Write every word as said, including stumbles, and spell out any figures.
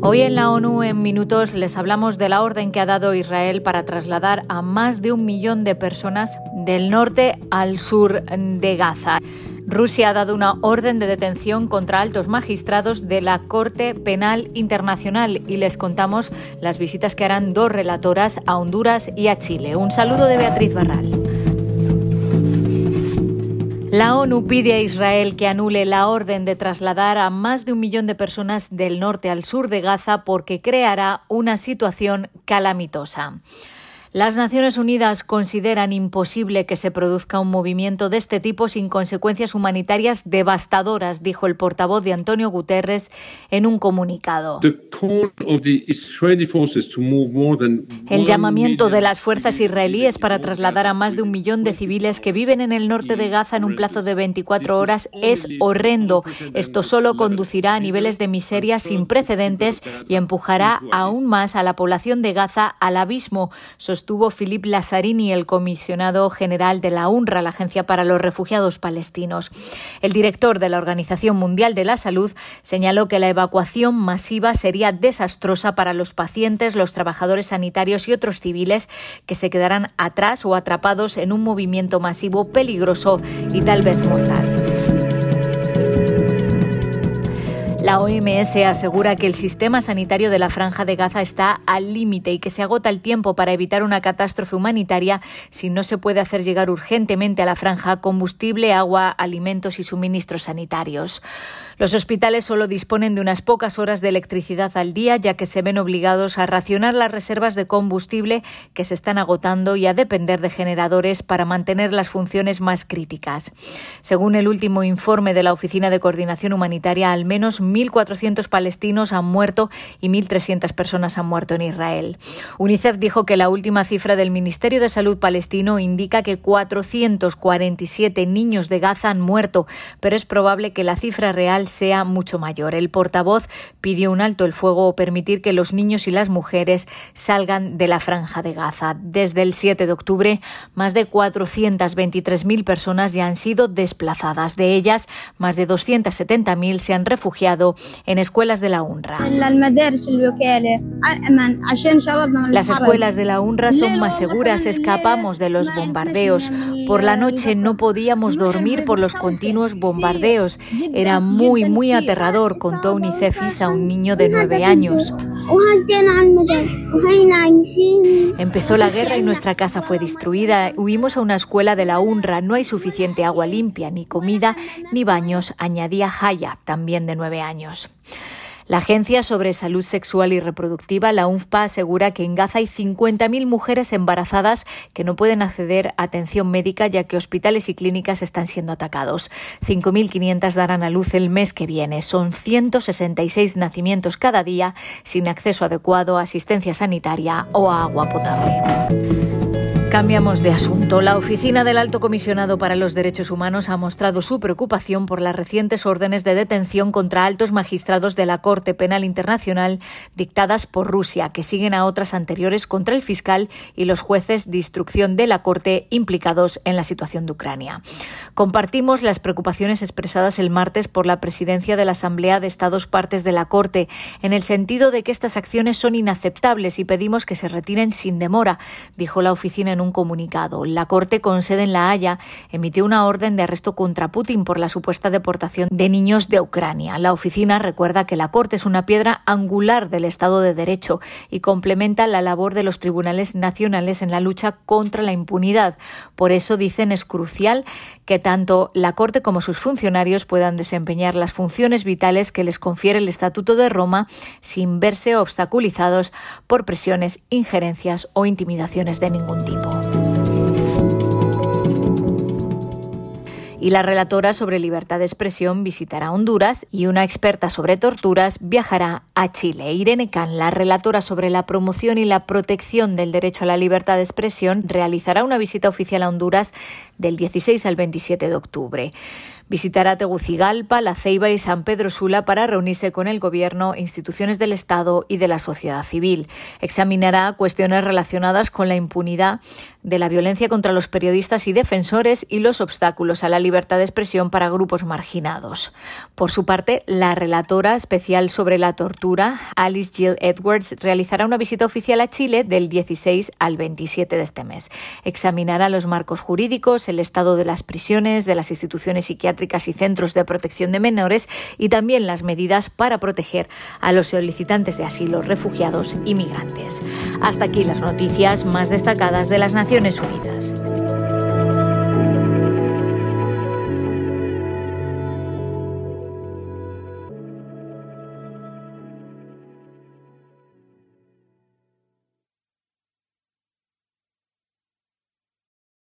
Hoy en la ONU, en Minutos, les hablamos de la orden que ha dado Israel para trasladar a más de un millón de personas del norte al sur de Gaza. Rusia ha dado una orden de detención contra altos magistrados de la Corte Penal Internacional y les contamos las visitas que harán dos relatoras a Honduras y a Chile. Un saludo de Beatriz Barral. La ONU pide a Israel que anule la orden de trasladar a más de un millón de personas del norte al sur de Gaza porque creará una situación calamitosa. Las Naciones Unidas consideran imposible que se produzca un movimiento de este tipo sin consecuencias humanitarias devastadoras, dijo el portavoz de Antonio Guterres en un comunicado. El llamamiento de las fuerzas israelíes para trasladar a más de un millón de civiles que viven en el norte de Gaza en un plazo de veinticuatro horas es horrendo. Esto solo conducirá a niveles de miseria sin precedentes y empujará aún más a la población de Gaza al abismo, sostuvo Philippe Lazzarini, el comisionado general de la UNRWA, la Agencia para los Refugiados Palestinos. El director de la Organización Mundial de la Salud señaló que la evacuación masiva sería desastrosa para los pacientes, los trabajadores sanitarios y otros civiles que se quedarán atrás o atrapados en un movimiento masivo peligroso y tal vez mortal. La O M S asegura que el sistema sanitario de la Franja de Gaza está al límite y que se agota el tiempo para evitar una catástrofe humanitaria si no se puede hacer llegar urgentemente a la franja combustible, agua, alimentos y suministros sanitarios. Los hospitales solo disponen de unas pocas horas de electricidad al día, ya que se ven obligados a racionar las reservas de combustible que se están agotando y a depender de generadores para mantener las funciones más críticas. Según el último informe de la Oficina de Coordinación Humanitaria, al menos mil cuatrocientos palestinos han muerto y mil trescientas personas han muerto en Israel. UNICEF dijo que la última cifra del Ministerio de Salud palestino indica que cuatrocientos cuarenta y siete niños de Gaza han muerto, pero es probable que la cifra real sea mucho mayor. El portavoz pidió un alto el fuego o permitir que los niños y las mujeres salgan de la Franja de Gaza. Desde el siete de octubre, más de cuatrocientas veintitrés mil personas ya han sido desplazadas. De ellas, más de doscientas setenta mil se han refugiado en escuelas de la UNRWA. Las escuelas de la UNRWA son más seguras, escapamos de los bombardeos. Por la noche no podíamos dormir por los continuos bombardeos. Era muy, muy aterrador, contó UNICEF Isa, un niño de nueve años. Empezó la guerra y nuestra casa fue destruida. Huimos a una escuela de la UNRWA. No hay suficiente agua limpia, ni comida, ni baños, añadía Haya, también de nueve años. La Agencia sobre Salud Sexual y Reproductiva, la UNFPA, asegura que en Gaza hay cincuenta mil mujeres embarazadas que no pueden acceder a atención médica ya que hospitales y clínicas están siendo atacados. cinco mil quinientas darán a luz el mes que viene. Son ciento sesenta y seis nacimientos cada día sin acceso adecuado a asistencia sanitaria o a agua potable. Cambiamos de asunto. La Oficina del Alto Comisionado para los Derechos Humanos ha mostrado su preocupación por las recientes órdenes de detención contra altos magistrados de la Corte Penal Internacional dictadas por Rusia, que siguen a otras anteriores contra el fiscal y los jueces de instrucción de la Corte implicados en la situación de Ucrania. Compartimos las preocupaciones expresadas el martes por la presidencia de la Asamblea de Estados Partes de la Corte, en el sentido de que estas acciones son inaceptables y pedimos que se retiren sin demora, dijo la oficina en un comunicado. La Corte, con sede en La Haya, emitió una orden de arresto contra Putin por la supuesta deportación de niños de Ucrania. La oficina recuerda que la Corte es una piedra angular del Estado de Derecho y complementa la labor de los tribunales nacionales en la lucha contra la impunidad. Por eso, dicen, es crucial que tanto la Corte como sus funcionarios puedan desempeñar las funciones vitales que les confiere el Estatuto de Roma sin verse obstaculizados por presiones, injerencias o intimidaciones de ningún tipo. Y la relatora sobre libertad de expresión visitará Honduras y una experta sobre torturas viajará a Chile. Irene Can, la relatora sobre la promoción y la protección del derecho a la libertad de expresión, realizará una visita oficial a Honduras del dieciséis al veintisiete de octubre. Visitará Tegucigalpa, La Ceiba y San Pedro Sula para reunirse con el Gobierno, instituciones del Estado y de la sociedad civil. Examinará cuestiones relacionadas con la impunidad de la violencia contra los periodistas y defensores y los obstáculos a la libertad de expresión para grupos marginados. Por su parte, la relatora especial sobre la tortura, Alice Jill Edwards, realizará una visita oficial a Chile del dieciséis al veintisiete de este mes. Examinará los marcos jurídicos, el estado de las prisiones, de las instituciones psiquiátricas y centros de protección de menores y también las medidas para proteger a los solicitantes de asilo, refugiados y migrantes. Hasta aquí las noticias más destacadas de las Naciones Unidas.